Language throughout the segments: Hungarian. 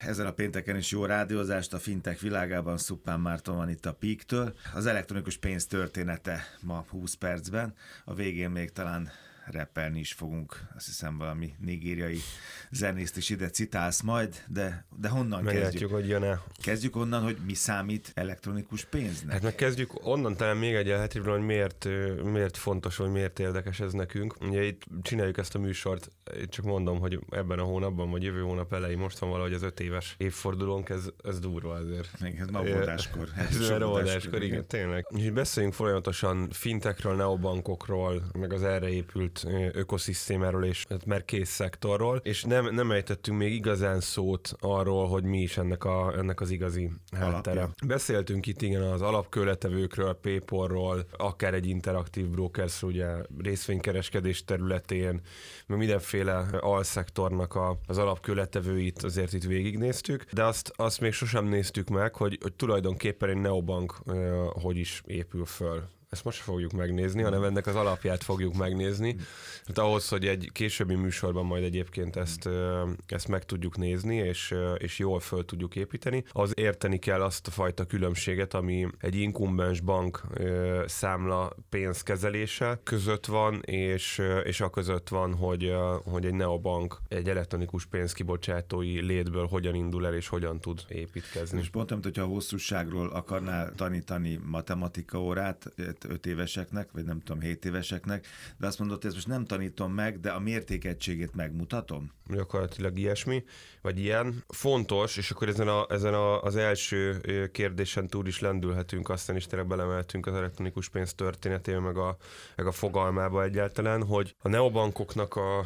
ezen a pénteken is jó rádiózást a fintech világában. Szuppán Márton van itt a Peak-től. Az elektronikus pénz története ma 20 percben. A végén még talán rappelni is fogunk, azt hiszem valami nigériai zenészt is ide citálsz majd, de honnan kezdjük? Hogy jön-e. Kezdjük onnan, hogy mi számít elektronikus pénznek? Hát meg kezdjük onnan talán még egy elhetőből, hogy miért fontos, vagy miért érdekes ez nekünk. Ugye itt csináljuk ezt a műsort, itt csak mondom, hogy ebben a hónapban, vagy jövő hónap elején, most van valahogy az 5 éves évfordulónk, ez durva azért. Még ez ma óvodáskor. Ez óvodáskor, igen, tényleg. És beszéljünk folyamatosan fintekről, neobankokról, meg az erre épült ökoszisztémáról és mert kész szektorról, és nem ejtettünk még igazán szót arról, hogy mi is ennek az igazi háttere. Beszéltünk itt igen az alapkőletevőkről, PayPal-ról, akár egy interaktív brokersről, ugye részvénykereskedés területén, meg mindenféle alszektornak az alapkőletevőit azért itt végignéztük, de azt még sosem néztük meg, hogy tulajdonképpen egy neobank hogy is épül föl. Ezt most fogjuk megnézni, hanem ennek az alapját fogjuk megnézni. Hát ahhoz, hogy egy későbbi műsorban majd egyébként ezt meg tudjuk nézni, és jól föl tudjuk építeni, az érteni kell azt a fajta különbséget, ami egy inkumbens bank számla pénzkezelése között van, és a között van, hogy egy neobank egy elektronikus pénzkibocsátói létből hogyan indul el, és hogyan tud építkezni. És pont, hogyha a hosszúságról akarnál tanítani matematika órát, 5 éveseknek, vagy nem tudom, 7 éveseknek, de azt mondod, hogy ezt most nem tanítom meg, de a mértékegységét megmutatom. Gyakorlatilag ilyesmi, vagy ilyen. Fontos, és akkor ezen az első kérdésen túl is lendülhetünk, aztán is tényleg belemeltünk az elektronikus pénz történetébe, meg a fogalmába egyáltalán, hogy a neobankoknak a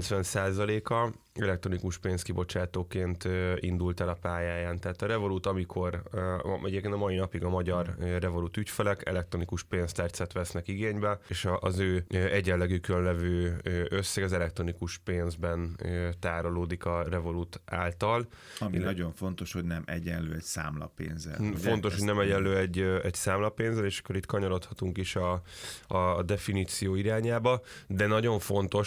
90%-a elektronikus pénzkibocsátóként indult el a pályáján. Tehát a Revolut, amikor egyébként a mai napig a magyar Revolut ügyfelek elektronikus pénztárcát vesznek igénybe, és az ő egyenlegükön levő összeg az elektronikus pénzben tárolódik a Revolut által. Ami nagyon fontos, hogy nem egyenlő egy számlapénzzel. Fontos, hogy nem egyenlő egy számlapénzzel, és akkor itt kanyarodhatunk is a definíció irányába, de nagyon fontos,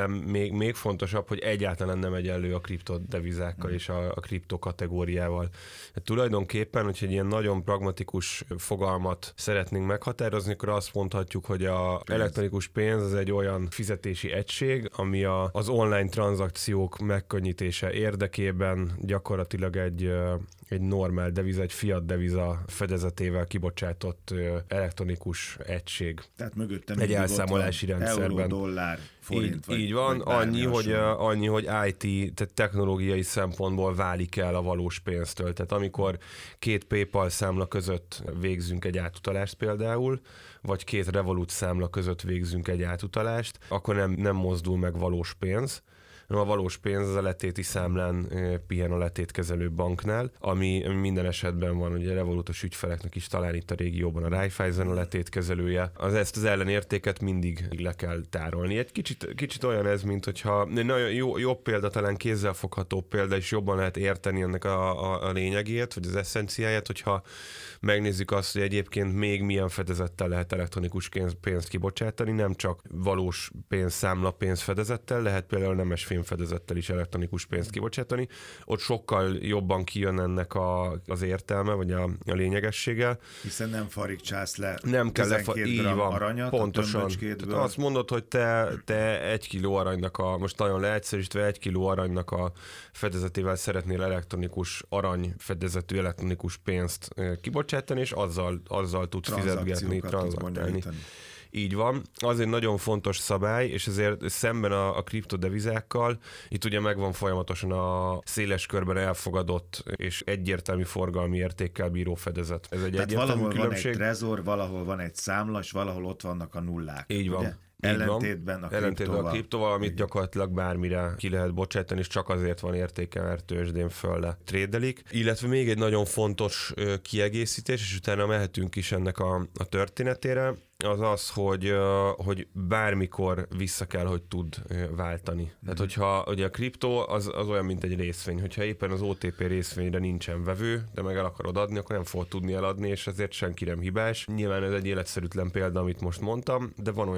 még fontosabb, hogy egyáltalán nem egyenlő a kriptodevizákkal és a kripto kategóriával. Hát tulajdonképpen, hogyha egy ilyen nagyon pragmatikus fogalmat szeretnénk meghatározni, akkor azt mondhatjuk, hogy az elektronikus pénz az egy olyan fizetési egység, ami az online tranzakciók megkönnyítése érdekében gyakorlatilag egy normál deviza, egy fiat deviza fedezetével kibocsátott elektronikus egység. Tehát mögöttem egy elszámolási rendszerben. Euró, dollár, forint. Így van, annyi, hogy IT, tehát technológiai szempontból válik el a valós pénztől. Tehát amikor 2 PayPal számla között végzünk egy átutalást például, vagy 2 Revolut számla között végzünk egy átutalást, akkor nem mozdul meg valós pénz. A valós pénz az a letéti számlán pihen a letétkezelő banknál, ami minden esetben van, ugye Revolutos ügyfeleknek is talán itt a régióban a Raiffeisen a letétkezelője. Ezt az ellenértéket mindig le kell tárolni. Egy kicsit olyan ez, mint hogyha nagyon jobb példa, talán kézzelfogható példa, és jobban lehet érteni ennek a lényegét, vagy az eszenciáját, hogyha megnézzük azt, hogy egyébként még milyen fedezettel lehet elektronikus pénzt kibocsátani, nem csak valós pénzszámla pénzfedezettel, lehet például nemes fémfedezettel is elektronikus pénzt kibocsátani. Ott sokkal jobban kijön ennek az értelme, vagy a lényegessége. Hiszen nem farigcsász le nem kell 12 gram aranyat pontosan. Azt mondod, hogy te 1 kiló aranynak most nagyon leegyszerűsítve 1 kiló aranynak a fedezetével szeretnél elektronikus arany fedezetű elektronikus pénzt kibocsátani, és azzal tudsz fizetgetni, tranzaktálni. Így van. Az egy nagyon fontos szabály, és ezért szemben a kriptodevizákkal, itt ugye megvan folyamatosan a széles körben elfogadott és egyértelmű forgalmi értékkel bíró fedezet. Ez egy tehát egyértelmű valahol különbség. Van egy trezor, valahol van egy számla, és valahol ott vannak a nullák. Így van. Ugye? Ellentétben a kriptóval, amit gyakorlatilag bármire ki lehet bocsátani, és csak azért van értéke, mert tőzsdén föl trédelik. Illetve még egy nagyon fontos kiegészítés, és utána mehetünk is ennek a történetére, az, hogy bármikor vissza kell, hogy tud váltani. Tehát, hogyha ugye a kriptó az olyan, mint egy részvény. Hogyha éppen az OTP részvényre nincsen vevő, de meg el akarod adni, akkor nem fog tudni eladni, és ezért senki nem hibás. Nyilván ez egy életszerűtlen példa, amit most mondtam, de van olyan eset,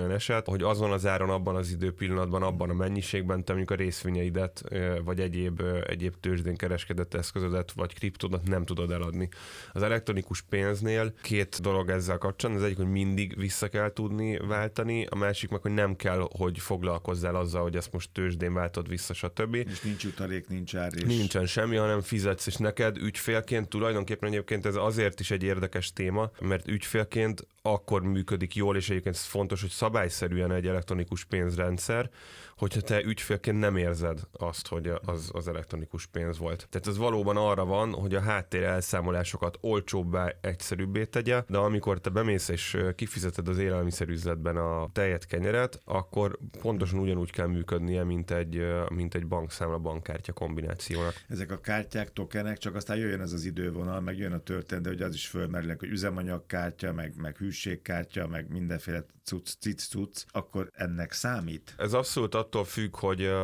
hogy azon az áron, abban az időpillanatban, abban a mennyiségben te mondjuk a részvényeidet, vagy egyéb tőzsdén kereskedett eszközödet, vagy kriptódat nem tudod eladni. Az elektronikus pénznél két dolog ezzel kapcsolatban. Az egyik, hogy mindig vissza kell tudni váltani, a másik meg, hogy nem kell, hogy foglalkozzál azzal, hogy ezt most tőzsdén váltod vissza, stb. És nincs utalék, nincs árés. Nincsen semmi, hanem fizetsz, és neked ügyfélként tulajdonképpen egyébként ez azért is egy érdekes téma, mert ügyfélként akkor működik jól, és egyébként ez fontos, hogy szabályszerűen egy elektronikus pénzrendszer, hogyha te ügyfélként nem érzed azt, hogy az elektronikus pénz volt. Tehát ez valóban arra van, hogy a háttér elszámolásokat olcsóbbá, egyszerűbbé tegye, de amikor te bemész és kifizeted az élelmiszerüzletben a tejet, kenyeret, akkor pontosan ugyanúgy kell működnie, mint egy bankszámla, bankkártya kombinációnak. Ezek a kártyák, tokenek, csak aztán jöjjön ez az idővonal, meg jön a történet, de hogy az is fölmerülnek, hogy üzemanyagkártya, meg hűségkártya, meg mindenféle cucc, akkor ennek számít? Ez abszolút attól függ,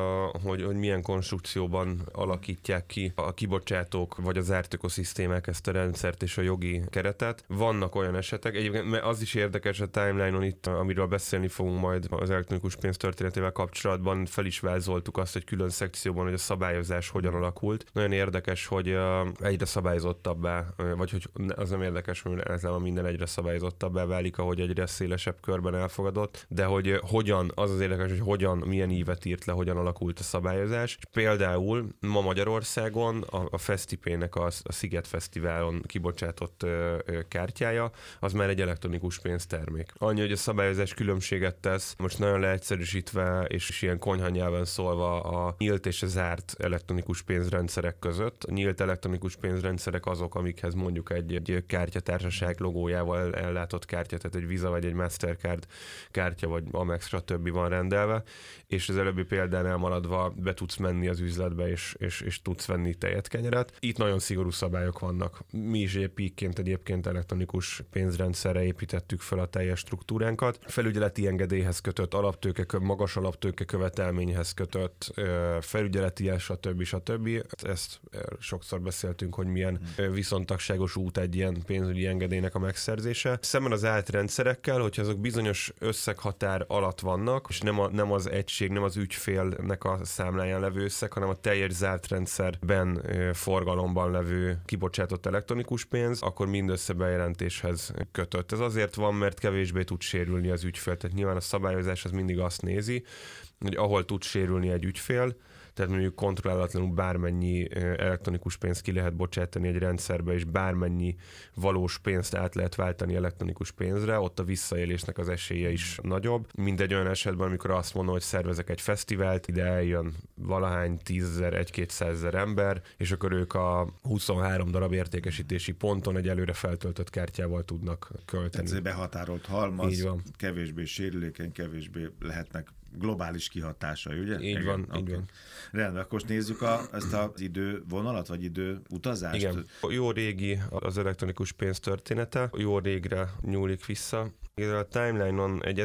hogy milyen konstrukcióban alakítják ki a kibocsátók vagy az zárt ökoszisztémák ezt a rendszert és a jogi keretet. Vannak olyan esetek, egyébként az is érdekes a timeline-on itt, amiről beszélni fogunk majd az elektronikus pénz történetével kapcsolatban, fel is vázoltuk azt, hogy külön szekcióban, hogy a szabályozás hogyan alakult. Nagyon érdekes, hogy egyre szabályozottabbá, vagy hogy az nem érdekes, hogy ezzel minden egyre szabályozottabbá válik, ahogy egyre szélesebb körben elfogadott, de hogy hogyan, az érdekes, hogy hogyan, milyen ívet írt le, hogyan alakult a szabályozás. És például ma Magyarországon a Fesztipének a Sziget Fesztiválon kibocsátott kártyája, az már egy elektronikus pénztermék. Annyi, hogy a szabályozás különbséget tesz, most nagyon leegyszerűsítve és ilyen konyha nyelven szólva a nyílt és a zárt elektronikus pénzrendszerek között. A nyílt elektronikus pénzrendszerek azok, amikhez mondjuk egy kártyatársaság logójával ellátott kártya, tehát egy Visa vagy egy Mastercard kártya, vagy Amex, stb. Van rendelve, és az előbbi példánál maradva be tudsz menni az üzletbe, és tudsz venni tejet, kenyeret. Itt nagyon szigorú szabályok vannak. Mi is Peakként egyébként elektronikus pénzrendszerre építettük fel a teljes struktúránkat. Felügyeleti engedélyhez kötött, magas alaptőke követelményhez kötött, felügyeleti, stb. Ezt sokszor beszéltünk, hogy milyen viszontagságos út egy ilyen pénzügyi engedélynek a megszerzése. Szemben az állt rendszerekkel, hogyha azok bizonyos összeghatár alatt vannak, és nem az egység, nem az ügyfélnek a számláján levő összeg, hanem a teljes zárt rendszerben forgalomban levő kibocsátott elektronikus pénz, akkor mindössze bejelentéshez kötött. Ez azért van, mert kevésbé tud sérülni az ügyfél. Tehát nyilván a szabályozás az mindig azt nézi, hogy ahol tud sérülni egy ügyfél, tehát mondjuk kontrollálatlanul bármennyi elektronikus pénzt ki lehet bocsátani egy rendszerbe, és bármennyi valós pénzt át lehet váltani elektronikus pénzre, ott a visszaélésnek az esélye is nagyobb. Mindegy olyan esetben, amikor azt mondom, hogy szervezek egy fesztivált, ide eljön valahány 10 000, 1-200 000 ember, és akkor ők a 23 darab értékesítési ponton egy előre feltöltött kártyával tudnak költeni. Ez behatárolt halmaz, kevésbé sérülékeny, kevésbé lehetnek globális kihatásai, ugye? Így van. Rendben, akkor most nézzük ezt az idővonalat, vagy időutazást. Igen. Jó régi az elektronikus pénz története, jó régre nyúlik vissza. A timeline-on egy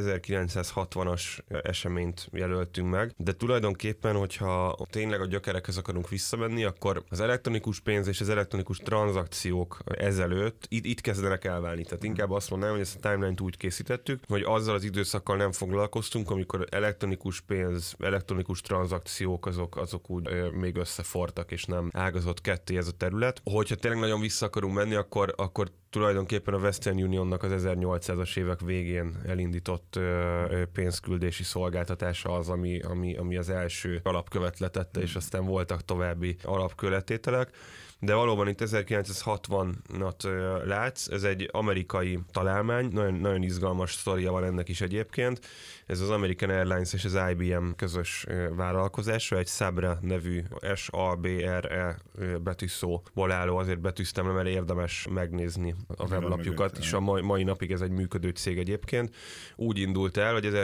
1960-as eseményt jelöltünk meg, de tulajdonképpen, hogyha tényleg a gyökerekhez akarunk visszamenni, akkor az elektronikus pénz és az elektronikus tranzakciók ezelőtt itt kezdenek elválni. Tehát inkább azt mondanám, hogy ezt a timeline-t úgy készítettük, hogy azzal az időszakkal nem foglalkoztunk, amikor elektronikus pénz, elektronikus tranzakciók azok úgy még összefortak, és nem ágazott ketté ez a terület. Hogyha tényleg nagyon vissza akarunk menni, akkor tulajdonképpen a Western Unionnak az 1800-as évek végén elindított pénzküldési szolgáltatása az, ami az első alapkövet letette, és aztán voltak további alapkövetételek. De valóban itt 1960-at látsz, ez egy amerikai találmány, nagyon, nagyon izgalmas sztoria van ennek is egyébként. Ez az American Airlines és az IBM közös vállalkozása, egy Sabre nevű S-A-B-R-E betűszóból álló, azért betűztem, mert érdemes megnézni a weblapjukat, és a mai napig ez egy működő cég egyébként. Úgy indult el, hogy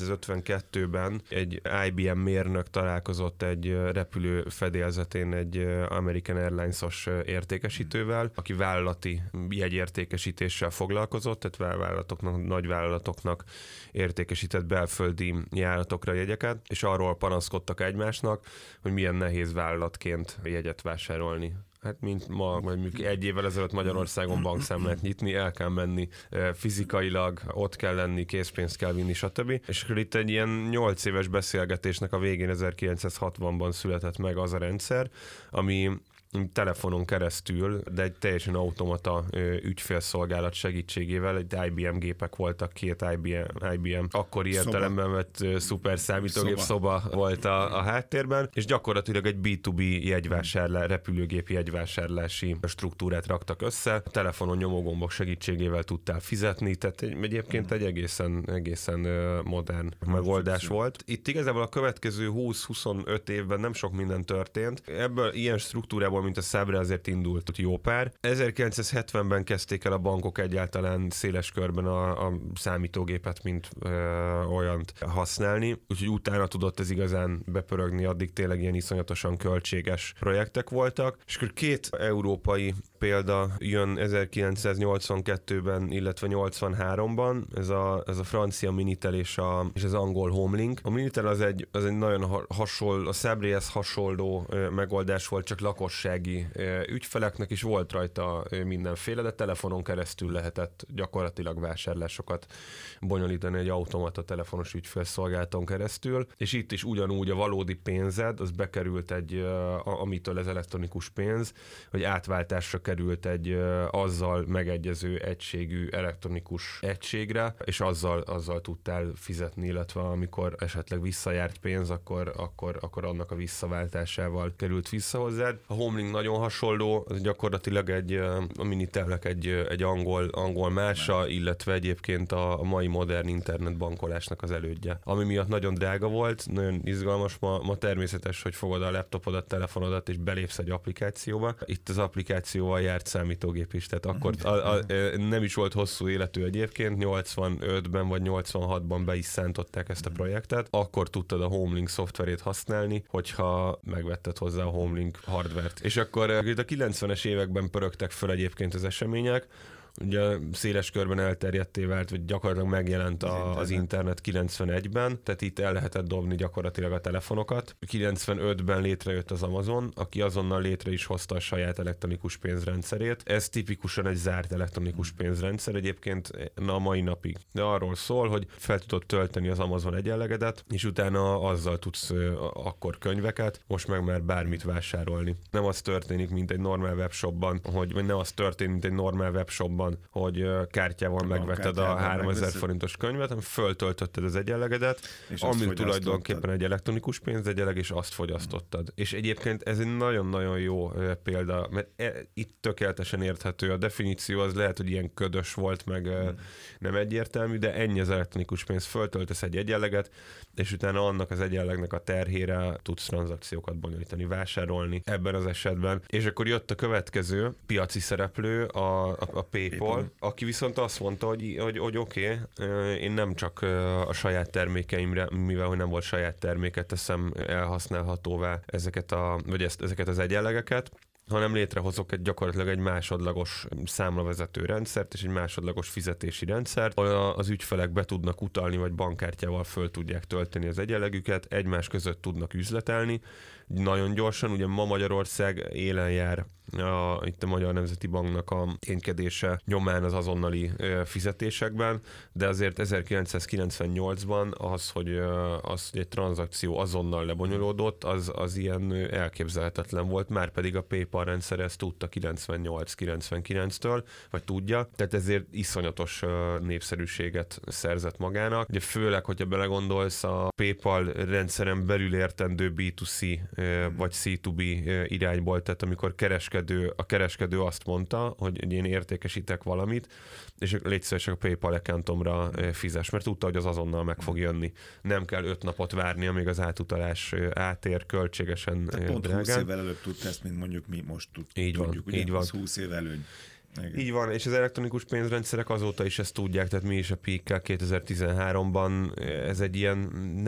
1952-ben egy IBM mérnök találkozott egy repülő fedélzetén egy American Airlines-os értékesítővel, aki vállalati jegyértékesítéssel foglalkozott, tehát nagyvállalatoknak értékesített belföldi járatokra jegyeket, és arról panaszkodtak egymásnak, hogy milyen nehéz vállalatként jegyet vásárolni Hát mint ma, vagy egy évvel ezelőtt Magyarországon bankszámlát nyitni, el kell menni fizikailag, ott kell lenni, készpénzt kell vinni, stb. És akkor itt egy ilyen 8 éves beszélgetésnek a végén 1960-ban született meg az a rendszer, ami telefonon keresztül, de egy teljesen automata ügyfélszolgálat segítségével, egy IBM gépek voltak, 2 IBM akkori értelemben vett szuper számítógép szoba volt a háttérben, és gyakorlatilag egy B2B repülőgép jegyvásárlási struktúrát raktak össze. A telefonon nyomógombok segítségével tudtál fizetni, tehát egyébként egy egészen modern megoldás volt. Itt igazából a következő 20-25 évben nem sok minden történt. Ebből ilyen struktúrában, mint a Sabre, azért indult jó pár. 1970-ben kezdték el a bankok egyáltalán széles körben a számítógépet, mint olyant használni, úgyhogy utána tudott ez igazán bepörögni, addig tényleg ilyen iszonyatosan költséges projektek voltak. És akkor 2 európai példa jön 1982-ben, illetve 83-ban, ez a francia Minitel és az angol Homelink. A Minitel az egy nagyon hasonló, a Sabrehez hasonló megoldás volt, csak lakossági ügyfeleknek is volt rajta mindenféle, de telefonon keresztül lehetett gyakorlatilag vásárlásokat bonyolítani egy automata telefonos ügyfélszolgálaton keresztül, és itt is ugyanúgy a valódi pénzed, az bekerült amitől ez elektronikus pénz, hogy átváltásra került egy azzal megegyező egységű elektronikus egységre, és azzal tudtál fizetni, illetve amikor esetleg visszajárt pénz, akkor annak a visszaváltásával került vissza hozzád. A Homelink nagyon hasonló, az gyakorlatilag a Minitelnek egy angol mása, illetve egyébként a mai modern internetbankolásnak az elődje. Ami miatt nagyon drága volt, nagyon izgalmas, ma természetes, hogy fogod a laptopodat, telefonodat és belépsz egy applikációba. Itt az applikációval járt számítógép is, tehát akkor nem is volt hosszú életű egyébként, 85-ben vagy 86-ban be is szántották ezt a projektet, akkor tudtad a Homelink szoftverét használni, hogyha megvetted hozzá a Homelink hardvert. És akkor itt a 90-es években pörögtek föl egyébként az események, ugye széles körben elterjedté vált, vagy gyakorlatilag megjelent az internet 91-ben, tehát itt el lehetett dobni gyakorlatilag a telefonokat. 95-ben létrejött az Amazon, aki azonnal létre is hozta a saját elektronikus pénzrendszerét. Ez tipikusan egy zárt elektronikus pénzrendszer egyébként a mai napig. De arról szól, hogy fel tudod tölteni az Amazon egyenlegedet, és utána azzal tudsz akkor könyveket, most meg már bármit vásárolni. Nem az történik, mint egy normál webshopban, vagy nem az történik, mint egy normál webshopban, hogy kártyával megvetted a 3000 forintos könyvet, hanem föltöltötted az egyenlegedet, ami tulajdonképpen egy elektronikus pénzegyenleg, és azt fogyasztottad. És egyébként ez egy nagyon-nagyon jó példa, mert itt tökéletesen érthető. A definíció az lehet, hogy ilyen ködös volt, meg nem egyértelmű, de ennyi az elektronikus pénz. Föltöltesz egy egyenleget, és utána annak az egyenlegnek a terhére tudsz tranzakciókat bonyolítani, vásárolni ebben az esetben. És akkor jött a következő piaci szereplő, a PayPal, aki viszont azt mondta, hogy oké, én nem csak a saját termékeimre, mivel hogy nem volt saját terméket, teszem elhasználhatóvá ezeket az egyenlegeket, hanem létrehozok gyakorlatilag egy másodlagos számlavezető rendszert és egy másodlagos fizetési rendszert, ahol az ügyfelek be tudnak utalni, vagy bankkártyával föl tudják tölteni az egyenlegüket, egymás között tudnak üzletelni, nagyon gyorsan, ugye ma Magyarország élen jár itt a Magyar Nemzeti Banknak a ténykedése nyomán az azonnali fizetésekben, de azért 1998-ban hogy egy tranzakció azonnal lebonyolódott, az ilyen elképzelhetetlen volt, már pedig a PayPal rendszer ezt tudta 98-99-től, vagy tudja, tehát ezért iszonyatos népszerűséget szerzett magának. Ugye főleg, hogyha belegondolsz, a PayPal rendszeren belül értendő B2C vagy C2B irányból, tehát amikor a kereskedő azt mondta, hogy én értékesítek valamit, és légy szíves a PayPal accountomra fizes, mert tudta, hogy az azonnal meg fog jönni. Nem kell 5 napot várni, amíg az átutalás átér költségesen pont drágán. 20 évvel előbb tudta ezt, mint mondjuk mi most tudjuk. Így van. Ugye? 20 év előny. Igen. Így van, és az elektronikus pénzrendszerek azóta is ezt tudják, tehát mi is a PIK-kel 2013-ban ez egy ilyen,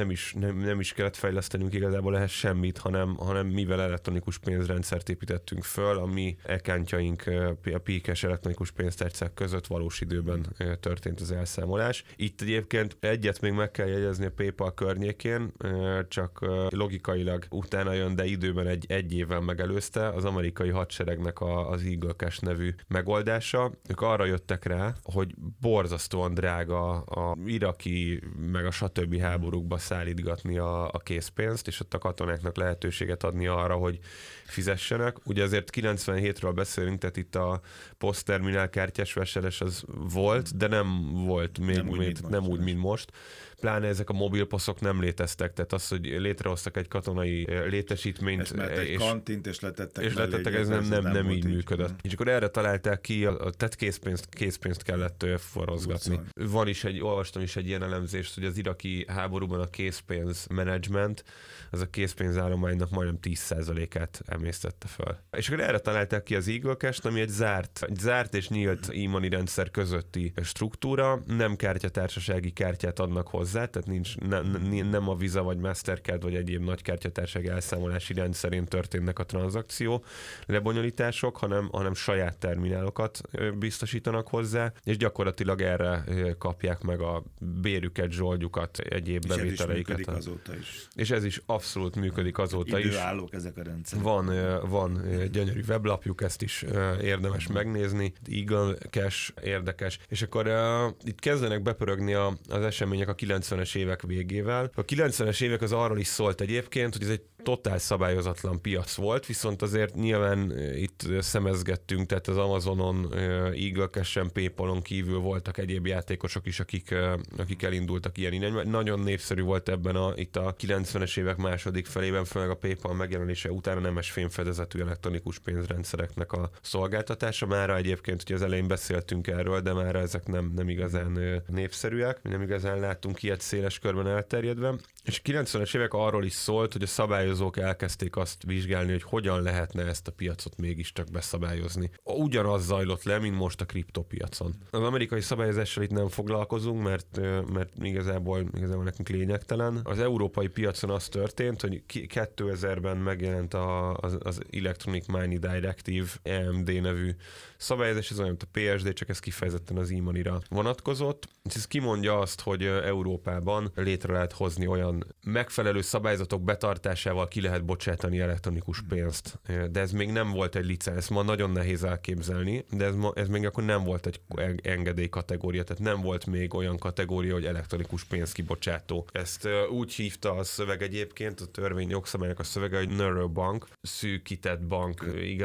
nem is kellett fejlesztenünk igazából ehhez semmit, hanem mivel elektronikus pénzrendszert építettünk föl, a mi accountjaink a PIK-es elektronikus pénztárcák között valós időben történt az elszámolás. Itt egyébként egyet még meg kell jegyezni a PayPal környékén, csak logikailag utána jön, de időben egy évvel megelőzte az amerikai hadseregnek az Eagle Cash nevű megoldása. Ők arra jöttek rá, hogy borzasztóan drága a iraki meg a stb. Háborúkba szállítgatni a készpénzt, és ott a katonáknak lehetőséget adni arra, hogy fizessenek. Ugye azért 97-ről beszélünk, tehát itt a posztterminál kártyás vásárlás az volt, de nem volt még nem úgy, mint most. Pláne ezek a mobilposzok nem léteztek, tehát az, hogy létrehoztak egy katonai létesítményt, és kantint, és letettek, ez nem így működött. És akkor erre találták ki, tehát készpénzt kellett forrozgatni. Olvastam is egy ilyen elemzést, hogy az iraki háborúban a készpénz menedzsment, az a készpénzállománynak majdnem 10%-át emésztette föl. És akkor erre találták ki az Eagle Cash-t, ami egy zárt és nyílt e-money rendszer közötti struktúra, nem kártyatársasági kártyát adnak hozzá, tehát nem a Visa vagy Mastercard vagy egyéb nagy kártyatársasági elszámolási rendszerén történnek a tranzakció lebonyolítások, hanem saját terminálokat biztosítanak hozzá, és gyakorlatilag erre kapják meg a bérüket, zsoldjukat, egyéb bevételeiket. És ez is működik azóta is. És ez is abszolút működik azóta is. Időállók ezek a rendszerek. Van gyönyörű weblapjuk, ezt is érdemes megnézni. Eagle Cash érdekes. És akkor itt kezdenek bepörögni az események a 90-es évek végével. A 90-es évek az arról is szólt egyébként, hogy ez egy totál szabályozatlan piac volt, viszont azért nyilván itt szemezgettünk, tehát az Amazonon, Eagle Cash-en, PayPal-on kívül voltak egyéb játékosok is, akik elindultak ilyen irányba. Nagyon népszerű volt ebben itt a 90-es évek második felében, főleg a PayPal megjelenése után a nemes fémfedezetű elektronikus pénzrendszereknek a szolgáltatása. Mára egyébként, hogy az elején beszéltünk erről, de mára ezek nem igazán népszerűek, nem igazán láttunk ilyet széles körben elterjedve. És 90-es évek arról is szólt, hogy a szabályozók elkezdték azt vizsgálni, hogy hogyan lehetne ezt a piacot mégiscsak beszabályozni. Ugyanaz zajlott le, mint most a kriptopiacon. Az amerikai szabályozással itt nem foglalkozunk, mert igazából nekünk lényegtelen. Az európai piacon az történt, hogy 2000-ben megjelent az Electronic Money Directive, EMD nevű szabályozás, ez olyan, mint a PSD, csak ez kifejezetten az e-money-ra vonatkozott. Ez kimondja azt, hogy Európában létre lehet hozni olyan megfelelő szabályzatok betartásával ki lehet bocsátani elektronikus pénzt. De ez még nem volt egy licenc, ezt ma nagyon nehéz elképzelni, de ez még akkor nem volt egy engedély kategória, tehát nem volt még olyan kategória, hogy elektronikus pénzkibocsátó. Ezt úgy hívta a szöveg egyébként, a törvény jogszabálynak a szövege, hogy narrow bank, szűkített bank,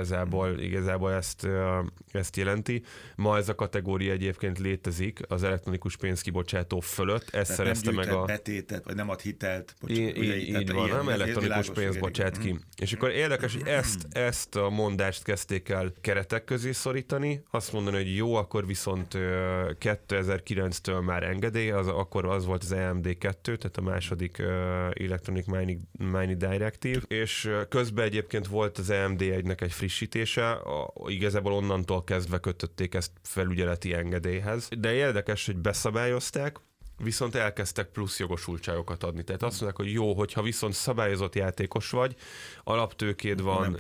igazából ezt jelenti. Ma ez a kategória egyébként létezik az elektronikus pénzkibocsátó fölött, ezt szerezte meg a... betétet, vagy nem ad hitelt. Így van, nem elektronikus pénz bocsát ki. És akkor érdekes, hogy ezt a mondást kezdték el keretek közé szorítani, azt mondani, hogy jó, akkor viszont 2009-től már engedély, akkor az volt az EMD 2, tehát a második Electronic Money Directive, és közben egyébként volt az EMD 1-nek egy frissítése, igazából onnantól kezdve kötötték ezt felügyeleti engedélyhez. De érdekes, hogy beszabályozták, viszont elkezdtek plusz jogosultságokat adni. Tehát azt mondják, hogy jó, hogyha viszont szabályozott játékos vagy, alaptőkéd van,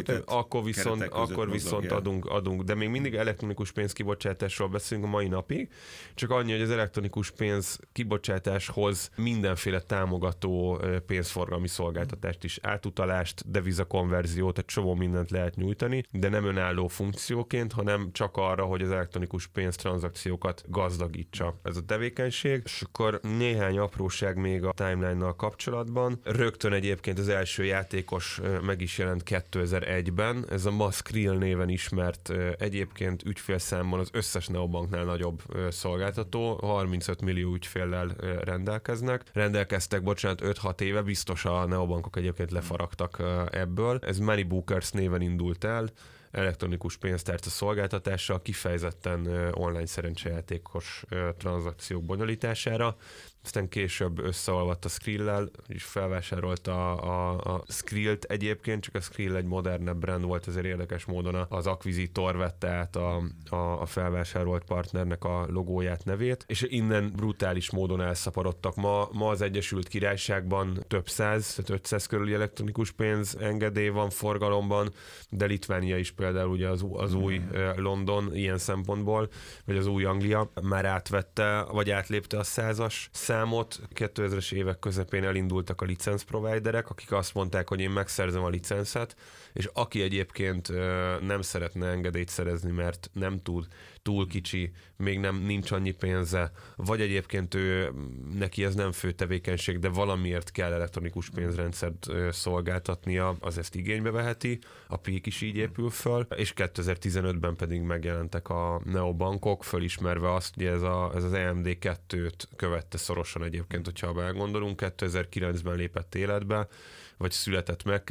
akkor viszont adunk, de még mindig elektronikus pénzkibocsátásról beszélünk a mai napig, csak annyi, hogy az elektronikus pénzkibocsátáshoz mindenféle támogató pénzforgalmi szolgáltatást is, átutalást, devizakonverziót, egy csomó mindent lehet nyújtani, de nem önálló funkcióként, hanem csak arra, hogy az elektronikus pénztranzakciókat gazdagítsa ez a tevékenység. És akkor néhány apróság még a timeline-nal kapcsolatban. Rögtön egyébként az első játékos meg is jelent 2001-ben. Ez a Maskrill néven ismert egyébként ügyfélszámban az összes neobanknál nagyobb szolgáltató. 35 millió ügyféllel rendelkeztek, 5-6 éve, biztos a neobankok egyébként lefaragtak ebből. Ez Money Bookers néven indult el, elektronikus pénztárca szolgáltatással kifejezetten online szerencsejátékos tranzakciók bonyolítására. Aztán később összeolvadt a Skrill-lel, és felvásárolta a Skrillt egyébként, csak a Skrill egy modernebb brand volt, ezért érdekes módon az akvizitor vette át a felvásárolt partnernek a logóját, nevét, és innen brutális módon elszaporodtak. Ma az Egyesült Királyságban több száz, tehát 500 körüli elektronikus pénz engedély van forgalomban, de Litvánia is például ugye az új London ilyen szempontból, vagy az új Anglia már átvette, vagy átlépte a 100-as számot. 2000-es évek közepén elindultak a licenszproviderek, akik azt mondták, hogy én megszerzem a licenszet, és aki egyébként nem szeretne engedélyt szerezni, mert nem tud, túl kicsi, még nincs annyi pénze, vagy egyébként neki ez nem fő tevékenység, de valamiért kell elektronikus pénzrendszert szolgáltatnia, az ezt igénybe veheti, a PIK is így épül föl, és 2015-ben pedig megjelentek a neobankok, fölismerve azt, hogy ez az EMD2-t követte szorosan egyébként, hogyha elgondolunk, 2009-ben lépett életbe, vagy született meg,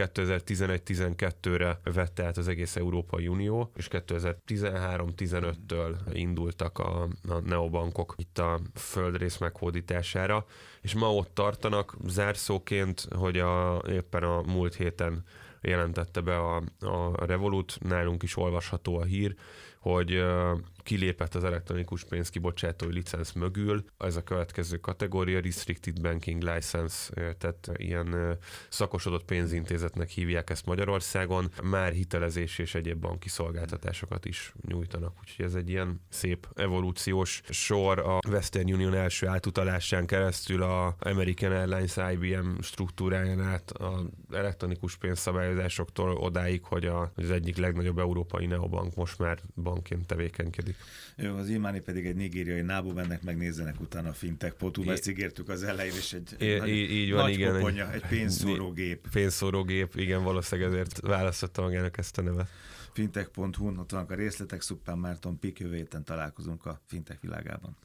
2011-12-re vette át az egész Európai Unió, és 2013-15-től indultak a neobankok itt a földrész meghódítására, és ma ott tartanak zárszóként, hogy éppen a múlt héten jelentette be a Revolut, nálunk is olvasható a hír, hogy kilépett az elektronikus pénzkibocsátói licensz mögül. Ez a következő kategória, Restricted Banking License, tehát ilyen szakosodott pénzintézetnek hívják ezt Magyarországon. Már hitelezés és egyéb banki szolgáltatásokat is nyújtanak. Úgyhogy ez egy ilyen szép evolúciós sor a Western Union első átutalásán keresztül a American Airlines IBM struktúráján át az elektronikus pénzszabályozásoktól odáig, hogy az egyik legnagyobb európai neobank most már bankként tevékenykedik. Jó, az Imani pedig egy nigériai nábú, ennek megnézzenek utána a fintech.hu, ezt ígértük az elején, és egy nagy koponya, egy pénzszórógép. Pénzszórógép, igen, valószínűleg ezért választotta magának ezt a nevet. Fintech.hu, ott vannak a részletek, Szuppán Márton, PIK, jövő héten találkozunk a fintech világában.